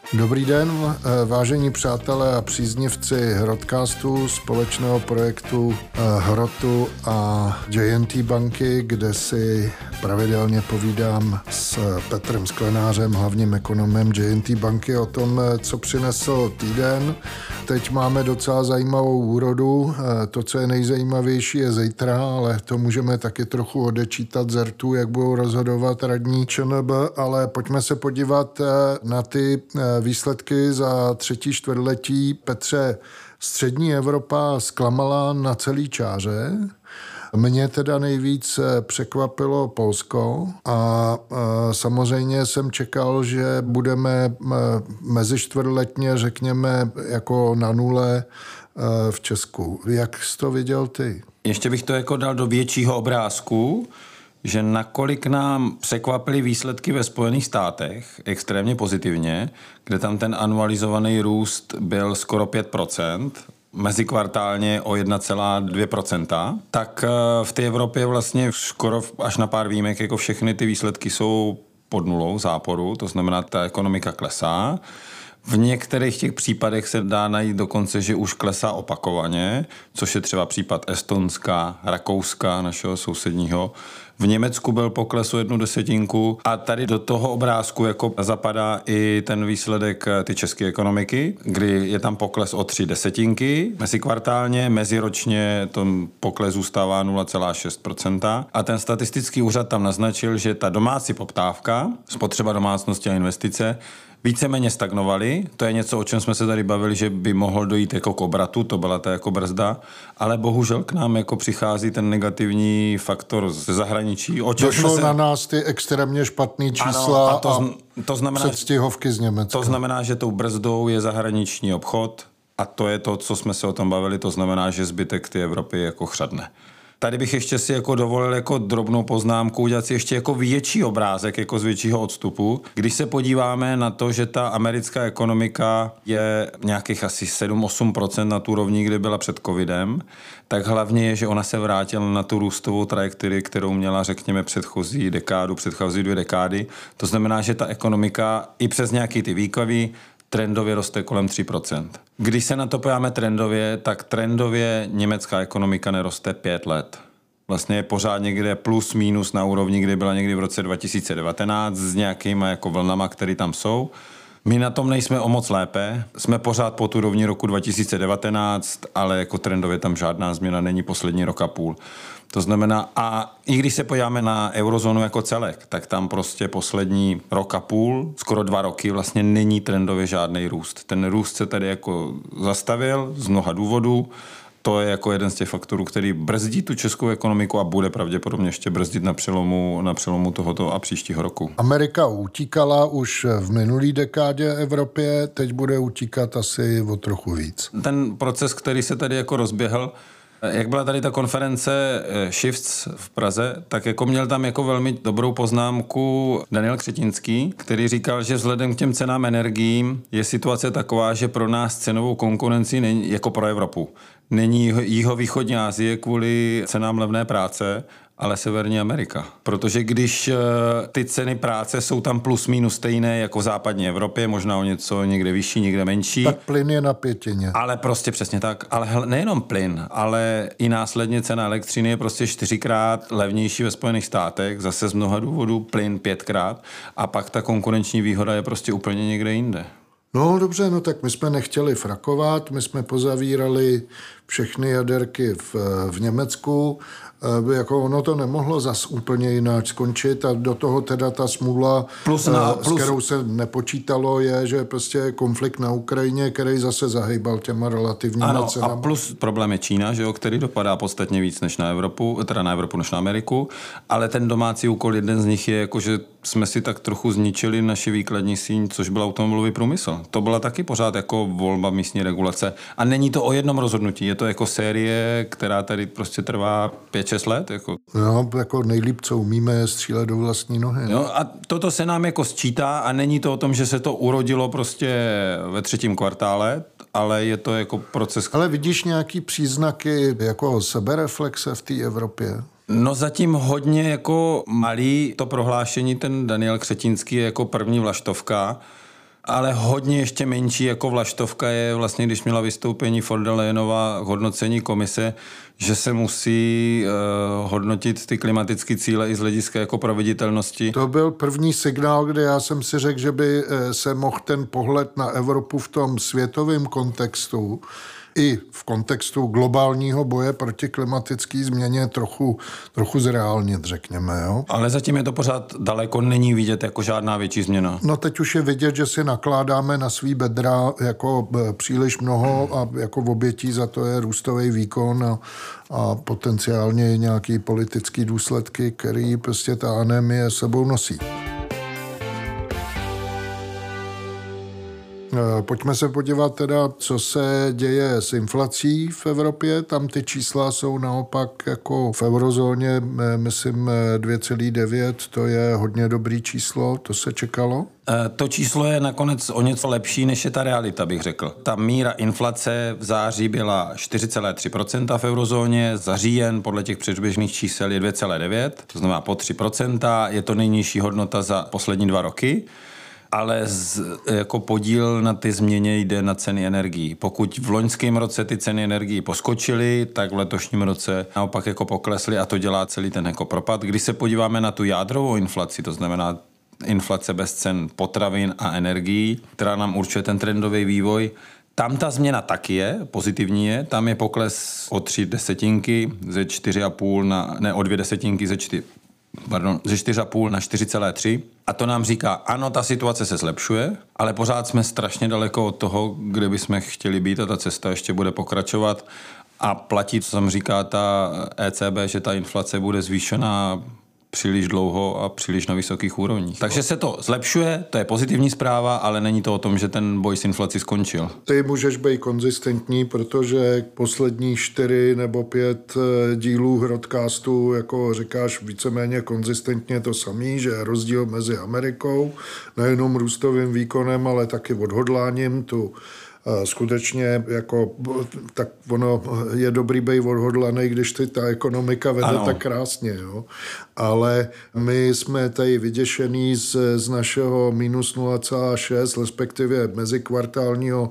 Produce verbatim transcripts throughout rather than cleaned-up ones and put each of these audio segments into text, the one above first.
Dobrý den, vážení přátelé a příznivci Hrotcastu, společného projektu Hrotu a J and T banky, kde si pravidelně povídám s Petrem Sklenářem, hlavním ekonomem J and T banky, o tom, co přinesl týden. Teď máme docela zajímavou úrodu. To, co je nejzajímavější, je zítra, ale to můžeme taky trochu odečítat z rtů, jak budou rozhodovat radní ČNB, ale pojďme se podívat na ty výsledky za třetí čtvrtletí. Petře, střední Evropa zklamala na celý čáře. Mě teda nejvíc překvapilo Polsko a samozřejmě jsem čekal, že budeme mezi čtvrtletně, řekněme, jako na nule v Česku. Jak jsi to viděl ty? Ještě bych to jako dal do většího obrázku, že nakolik nám překvapily výsledky ve Spojených státech extrémně pozitivně, kde tam ten anualizovaný růst byl skoro pět procent, mezikvartálně o jedna celá dvě procenta, tak v té Evropě vlastně skoro až na pár výjimek jako všechny ty výsledky jsou pod nulou záporu, to znamená, ta ekonomika klesá. V některých těch případech se dá najít dokonce, že už klesá opakovaně, což je třeba případ Estonska, Rakouska, našeho sousedního. V Německu byl pokles o jednu desetinku a tady do toho obrázku jako zapadá i ten výsledek ty české ekonomiky, kdy je tam pokles o tři desetinky mezikvartálně, meziročně ten pokles zůstává nula celá šest procenta a ten statistický úřad tam naznačil, že ta domácí poptávka, spotřeba domácnosti a investice víceméně stagnovaly. To je něco, o čem jsme se tady bavili, že by mohl dojít jako k obratu, to byla ta jako brzda, ale bohužel k nám jako přichází ten negativní faktor ze zahraničí. Došlo se... na nás ty extrémně špatný čísla ano, a, to, a to znamená, předstihovky z Německa. To znamená, že tou brzdou je zahraniční obchod a to je to, co jsme se o tom bavili, to znamená, že zbytek té Evropy jako chřadne. Tady bych ještě si jako dovolil jako drobnou poznámku udělat si ještě jako větší obrázek, jako z většího odstupu. Když se podíváme na to, že ta americká ekonomika je nějakých asi sedm až osm procent na tu rovni, kdy byla před covidem, tak hlavně je, že ona se vrátila na tu růstovou trajektorii, kterou měla, řekněme, předchozí dekádu, předchozí dvě dekády. To znamená, že ta ekonomika i přes nějaký ty výkyvy trendově roste kolem tři procenta. Když se na to pojáme trendově, tak trendově německá ekonomika neroste pět let. Vlastně je pořád někde plus minus na úrovni, kdy byla někdy v roce dva tisíce devatenáct s nějakýma jako vlnama, které tam jsou. My na tom nejsme o moc lépe, jsme pořád pod úrovni roku dva tisíce devatenáct, ale jako trendově tam žádná změna není poslední rok a půl. To znamená, a i když se podíváme na eurozónu jako celek, tak tam prostě poslední rok a půl, skoro dva roky vlastně není trendově žádný růst. Ten růst se tady jako zastavil z mnoha důvodů. To je jako jeden z těch faktorů, který brzdí tu českou ekonomiku a bude pravděpodobně ještě brzdit na přelomu, na přelomu tohoto a příštího roku. Amerika utíkala už v minulý dekádě Evropě, teď bude utíkat asi o trochu víc. Ten proces, který se tady jako rozběhl, jak byla tady ta konference Shifts v Praze, tak jako měl tam jako velmi dobrou poznámku Daniel Křetínský, který říkal, že vzhledem k těm cenám energií je situace taková, že pro nás cenovou konkurenci není, jako pro Evropu, není jihovýchodní Asie kvůli cenám levné práce, ale Severní Amerika. Protože když ty ceny práce jsou tam plus minus stejné jako v západní Evropě, možná o něco někde vyšší, někde menší. Tak plyn je na pětině. Ale prostě přesně tak. Ale nejenom plyn, ale i následně cena elektřiny je prostě čtyřikrát levnější ve Spojených státech, zase z mnoha důvodů, plyn pětkrát a pak ta konkurenční výhoda je prostě úplně někde jinde. No dobře, no tak my jsme nechtěli frakovat, my jsme pozavírali všechny jaderky v, v Německu, jako ono to nemohlo zas úplně jinak skončit a do toho teda ta smůla, plus na, plus... s kterou se nepočítalo, je, že prostě konflikt na Ukrajině, který zase zahejbal těma relativníma ano, cenama. A plus problém je Čína, že jo, který dopadá podstatně víc než na Evropu, teda na Evropu než na Ameriku, ale ten domácí úkol, jeden z nich je, jako, že jsme si tak trochu zničili naši výkladní síň, což byl automobilový průmysl. To byla taky pořád jako volba místní regulace. A není to o jednom rozhodnutí, je to jako série, která tady prostě trvá pět šest let. Jako. No, jako nejlíp, co umíme, je střílet do vlastní nohy. No, a toto se nám jako sčítá a není to o tom, že se to urodilo prostě ve třetím kvartále, ale je to jako proces. Ale vidíš nějaký příznaky jako sebereflexe v té Evropě? No zatím hodně jako malý to prohlášení, ten Daniel Křetínský je jako první vlaštovka ale hodně ještě menší jako vlaštovka je vlastně, když měla vystoupení von der Leyenová hodnocení komise, že se musí uh, hodnotit ty klimatické cíle i z hlediska jako proveditelnosti. To byl první signál, kde já jsem si řekl, že by se mohl ten pohled na Evropu v tom světovém kontextu i v kontextu globálního boje proti klimatické změně trochu, trochu zreálnit, řekněme. Jo? Ale zatím je to pořád daleko, není vidět jako žádná větší změna. No teď už je vidět, že si nakládáme na svý bedra jako příliš mnoho a jako v obětí za to je růstový výkon a, a potenciálně nějaký politický důsledky, který prostě ta anémie sebou nosí. Pojďme se podívat teda, co se děje s inflací v Evropě. Tam ty čísla jsou naopak jako v eurozóně, myslím dva celá devět, to je hodně dobrý číslo, to se čekalo. To číslo je nakonec o něco lepší, než je ta realita, bych řekl. Ta míra inflace v září byla čtyři celá tři procenta v eurozóně, za říjen podle těch předběžných čísel je dva celá devět, to znamená po tři procenta, je to nejnižší hodnota za poslední dva roky. Ale z, jako podíl na ty změně jde na ceny energií. Pokud v loňském roce ty ceny energií poskočily, tak v letošním roce naopak jako poklesly a to dělá celý ten jako propad. Když se podíváme na tu jádrovou inflaci, to znamená inflace bez cen potravin a energií, která nám určuje ten trendový vývoj, tam ta změna taky je, pozitivní je, tam je pokles o tři desetinky ze čtyři a půl na, ne o dvě desetinky ze čtyři. Pardon, ze čtyři celá pět na čtyři celá tři. A to nám říká, ano, ta situace se zlepšuje, ale pořád jsme strašně daleko od toho, kde bychom chtěli být a ta cesta ještě bude pokračovat. A platí, co tam říká ta E C B, že ta inflace bude zvýšená příliš dlouho a příliš na vysokých úrovních. Takže se to zlepšuje, to je pozitivní zpráva, ale není to o tom, že ten boj s inflací skončil. Ty můžeš být konzistentní, protože poslední čtyři nebo pět dílů Hrodcastu, jako říkáš víceméně konzistentně to samý, že je rozdíl mezi Amerikou, nejenom růstovým výkonem, ale taky odhodláním tu skutečně jako, tak ono je dobrý být odhodlaný, když ty ta ekonomika vede ano. tak krásně, jo. Ale my jsme tady vyděšený z, z našeho minus nula celá šest, respektive mezikvartálního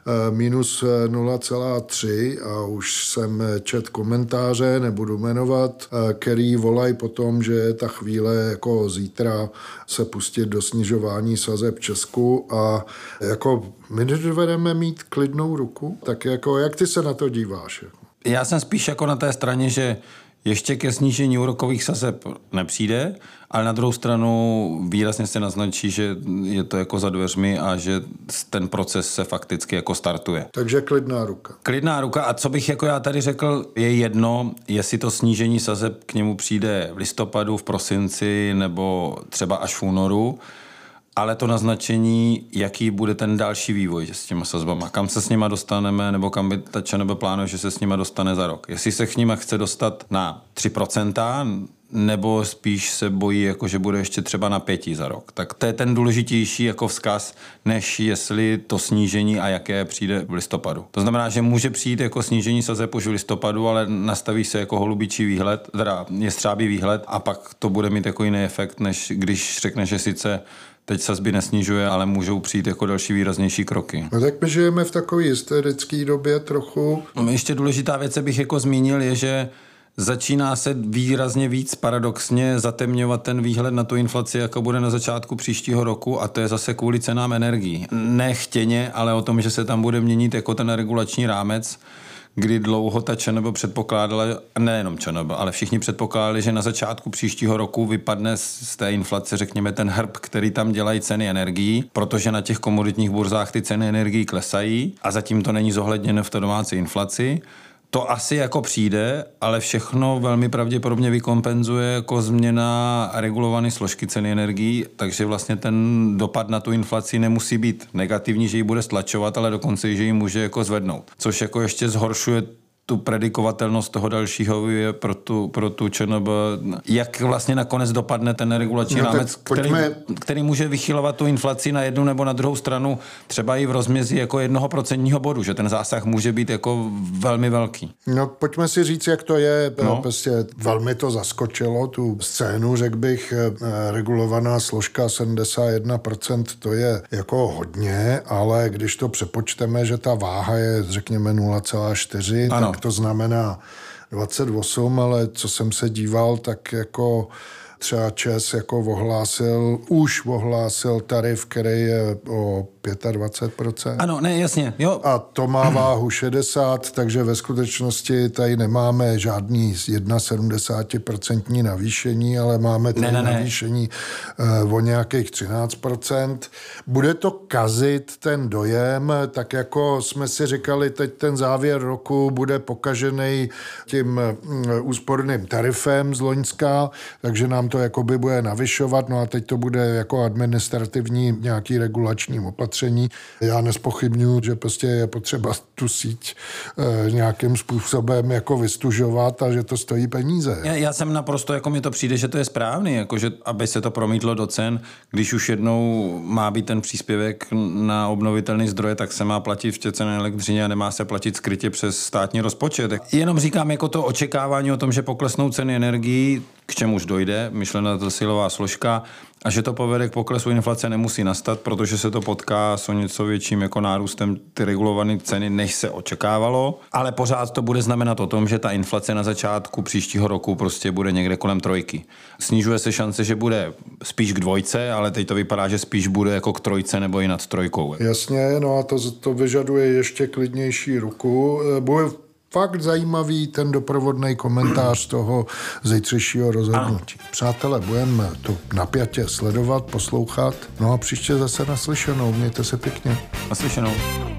minus nula celá tři a už jsem čet komentáře, nebudu jmenovat, který volají po tom, že je ta chvíle jako zítra se pustit do snižování sazeb v Česku a jako my nedovedeme mít klidnou ruku, tak jako jak ty se na to díváš? Já jsem spíš jako na té straně, že ještě ke snížení úrokových sazeb nepřijde, ale na druhou stranu výrazně se naznačí, že je to jako za dveřmi a že ten proces se fakticky jako startuje. Takže klidná ruka. Klidná ruka a co bych jako já tady řekl, je jedno, jestli to snížení sazeb k němu přijde v listopadu, v prosinci nebo třeba až v únoru, ale to naznačení, jaký bude ten další vývoj s těma sazbama, kam se s nima dostaneme, nebo kam by ta ČNB plánuje, že se s nima dostane za rok. Jestli se k nima chce dostat na tři procenta, nebo spíš se bojí, jako že bude ještě třeba na pěti za rok. Tak to je ten důležitější jako vzkaz, než jestli to snížení a jaké přijde v listopadu. To znamená, že může přijít jako snížení sazeb už v listopadu, ale nastaví se jako holubičí výhled, teda jestřábý výhled a pak to bude mít jako jiný efekt, než když řekne, že sice teď sazby nesnižuje, ale můžou přijít jako další výraznější kroky. No tak my žijeme v takové hysterické době trochu. Ještě důležitá věc, bych jako zmínil, je, že začíná se výrazně víc paradoxně zatemňovat ten výhled na tu inflaci, jako bude na začátku příštího roku a to je zase kvůli cenám energií. Ne chtěně, ale o tom, že se tam bude měnit jako ten regulační rámec, kdy dlouho ta ČNB předpokládala, nejenom ČNB, ale všichni předpokládali, že na začátku příštího roku vypadne z té inflace, řekněme, ten hrb, který tam dělají ceny energií, protože na těch komoditních burzách ty ceny energií klesají a zatím to není zohledněno v té domácí inflaci. To asi jako přijde, ale všechno velmi pravděpodobně vykompenzuje jako změna regulované složky ceny energií, takže vlastně ten dopad na tu inflaci nemusí být negativní, že ji bude stlačovat, ale dokonce, že ji může jako zvednout. Což jako ještě zhoršuje tu predikovatelnost toho dalšího je pro tu, pro tu ČNB, jak vlastně nakonec dopadne ten regulační no, rámec, který, který může vychylovat tu inflaci na jednu nebo na druhou stranu, třeba i v rozměří jako jednoho procentního bodu, že ten zásah může být jako velmi velký. No pojďme si říct, jak to je. No. Prostě velmi to zaskočilo, tu scénu, řekl bych, regulovaná složka sedmdesát jedna procent, to je jako hodně, ale když to přepočteme, že ta váha je, řekněme, nula celá čtyři, tak to znamená dvacet osm, ale co jsem se díval, tak jako třeba ČEZ jako ohlásil, už ohlásil tarif, který je o dvacet pět procent. Ano, ne, jasně, jo. A to má váhu šedesát, takže ve skutečnosti tady nemáme žádný sedmdesát jedna procent navýšení, ale máme tady ne, ne, navýšení ne. o nějakých třináct procent. Bude to kazit ten dojem, tak jako jsme si říkali, teď ten závěr roku bude pokažený tím úsporným tarifem z loňska, takže nám to jakoby bude navyšovat, no a teď to bude jako administrativní nějaký regulační opatření. Já nespochybnuju, že prostě je potřeba tu síť e, nějakým způsobem jako vystužovat a že to stojí peníze. Já, já jsem naprosto, jako mi to přijde, že to je správný, jako že aby se to promítlo do cen, když už jednou má být ten příspěvek na obnovitelné zdroje, tak se má platit v té ceně elektřině a nemá se platit skrytě přes státní rozpočet. Jenom říkám jako to očekávání o tom, že poklesnou ceny energií, k čemuž dojde, myšlena ta silová složka, a že to povede k poklesu inflace nemusí nastat, protože se to potká s o něco větším jako nárůstem ty regulované ceny, než se očekávalo, ale pořád to bude znamenat o tom, že ta inflace na začátku příštího roku prostě bude někde kolem trojky. Snižuje se šance, že bude spíš k dvojce, ale teď to vypadá, že spíš bude jako k trojce nebo i nad trojkou. Jasně, no a to, to vyžaduje ještě klidnější ruku. Bude fakt zajímavý ten doprovodný komentář toho zítřejšího rozhodnutí. Ano. Přátelé, budeme to napjatě sledovat, poslouchat. No a příště zase naslyšenou. Mějte se pěkně. Naslyšenou.